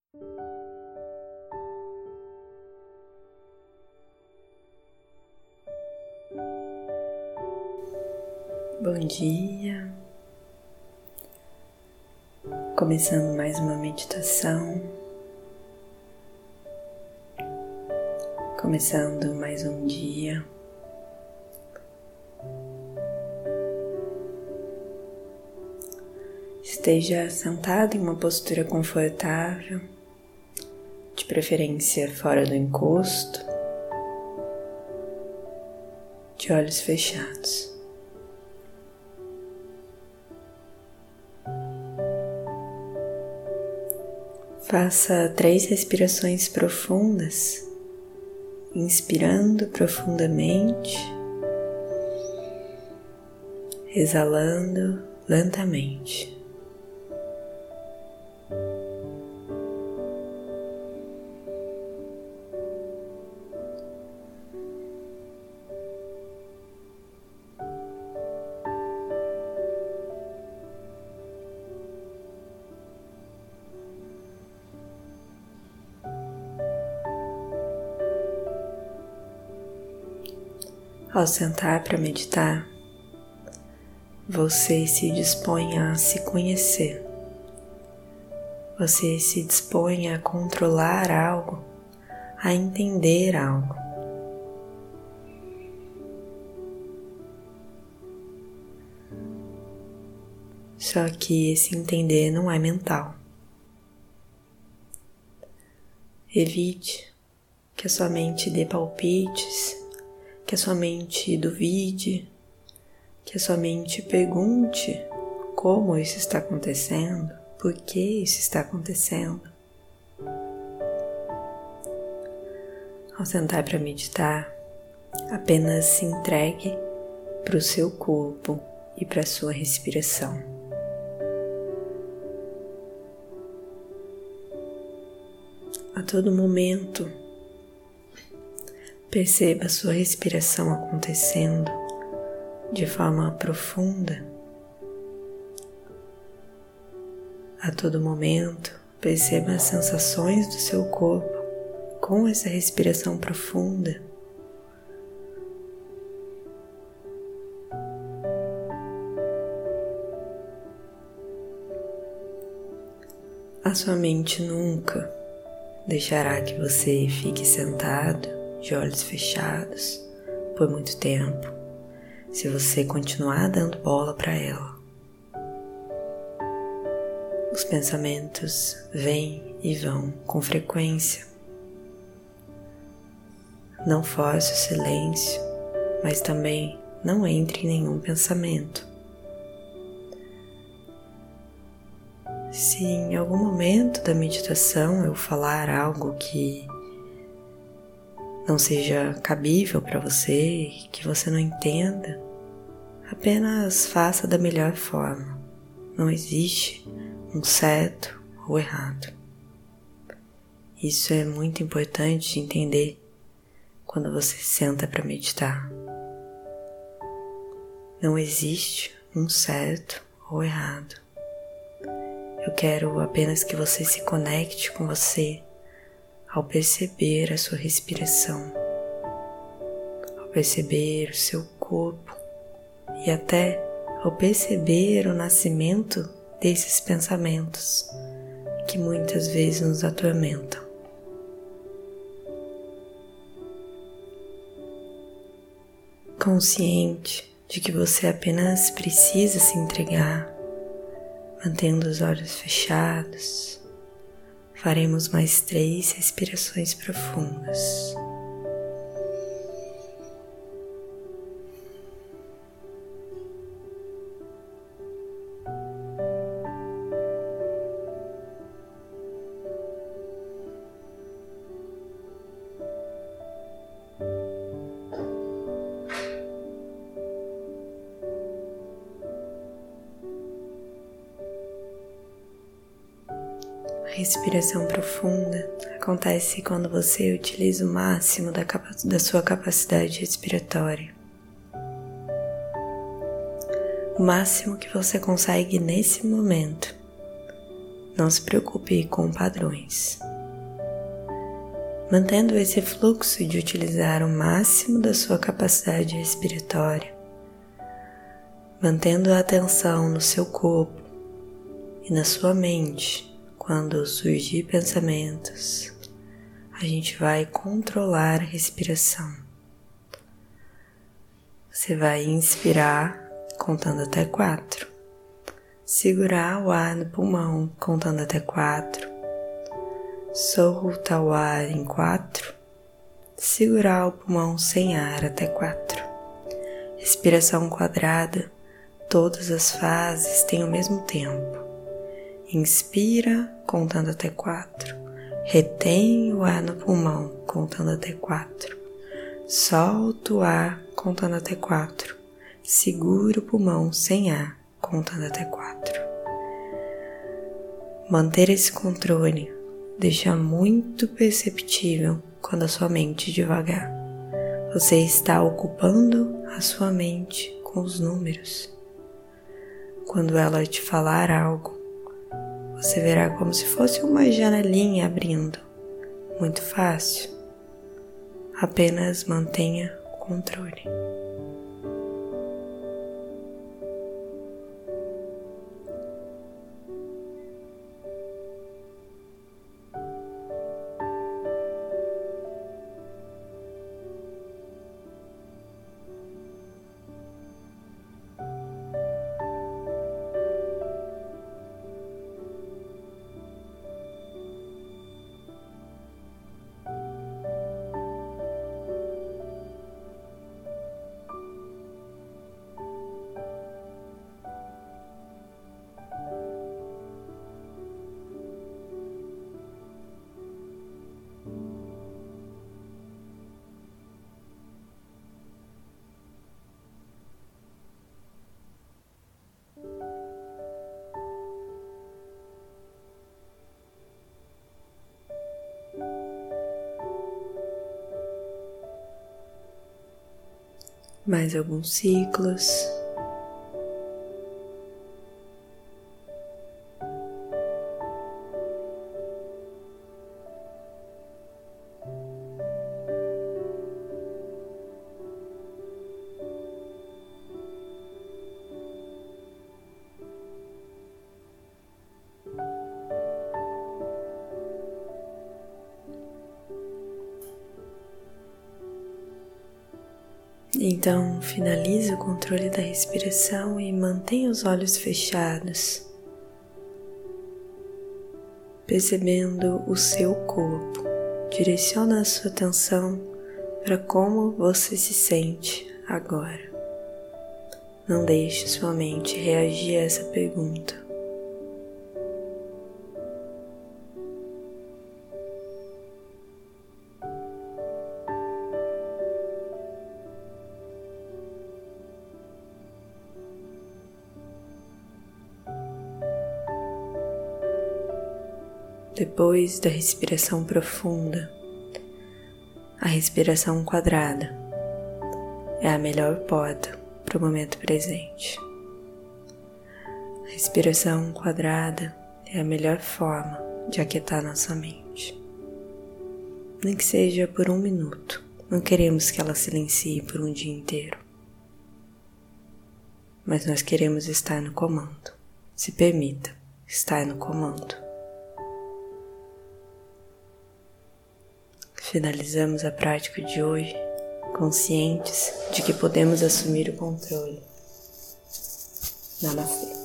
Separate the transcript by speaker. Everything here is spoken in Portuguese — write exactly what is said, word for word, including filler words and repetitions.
Speaker 1: Bom dia, começando mais uma meditação, começando mais um dia. Esteja sentado em uma postura confortável, de preferência fora do encosto, de olhos fechados. Faça três respirações profundas, inspirando profundamente, exalando lentamente. Ao sentar para meditar, você se dispõe a se conhecer. Você se dispõe a controlar algo, a entender algo. Só que esse entender não é mental. Evite que a sua mente dê palpites, que a sua mente duvide, que a sua mente pergunte como isso está acontecendo, por que isso está acontecendo. Ao sentar para meditar, apenas se entregue para o seu corpo e para a sua respiração. A todo momento, perceba a sua respiração acontecendo de forma profunda. A todo momento, perceba as sensações do seu corpo com essa respiração profunda. A sua mente nunca deixará que você fique sentado de olhos fechados por muito tempo, se você continuar dando bola para ela. Os pensamentos vêm e vão com frequência. Não force o silêncio, mas também não entre em nenhum pensamento. Se em algum momento da meditação eu falar algo que não seja cabível para você, que você não entenda, apenas faça da melhor forma. Não existe um certo ou errado. Isso é muito importante de entender quando você senta para meditar. Não existe um certo ou errado. Eu quero apenas que você se conecte com você ao perceber a sua respiração, ao perceber o seu corpo e até ao perceber o nascimento desses pensamentos que muitas vezes nos atormentam. Consciente de que você apenas precisa se entregar, mantendo os olhos fechados, faremos mais três respirações profundas. A respiração profunda acontece quando você utiliza o máximo da, capa- da sua capacidade respiratória. O máximo que você consegue nesse momento. Não se preocupe com padrões. Mantendo esse fluxo de utilizar o máximo da sua capacidade respiratória, mantendo a atenção no seu corpo e na sua mente. Quando surgir pensamentos, a gente vai controlar a respiração. Você vai inspirar contando até quatro, segurar o ar no pulmão contando até quatro, soltar o ar em quatro, segurar o pulmão sem ar até quatro. Respiração quadrada, todas as fases têm o mesmo tempo. Inspira contando até quatro, retém o ar no pulmão contando até quatro, solta o ar contando até quatro, segura o pulmão sem ar contando até quatro. Manter esse controle deixa muito perceptível quando a sua mente devagar. Você está ocupando a sua mente com os números. Quando ela te falar algo, você verá como se fosse uma janelinha abrindo. Muito fácil. Apenas mantenha o controle. Mais alguns ciclos. Então, finalize o controle da respiração e mantenha os olhos fechados, percebendo o seu corpo. Direciona a sua atenção para como você se sente agora. Não deixe sua mente reagir a essa pergunta. Depois da respiração profunda, a respiração quadrada é a melhor porta para o momento presente. A respiração quadrada é a melhor forma de aquietar nossa mente. Nem que seja por um minuto, não queremos que ela silencie por um dia inteiro. Mas nós queremos estar no comando. Se permita estar no comando. Finalizamos a prática de hoje conscientes de que podemos assumir o controle. Namastê.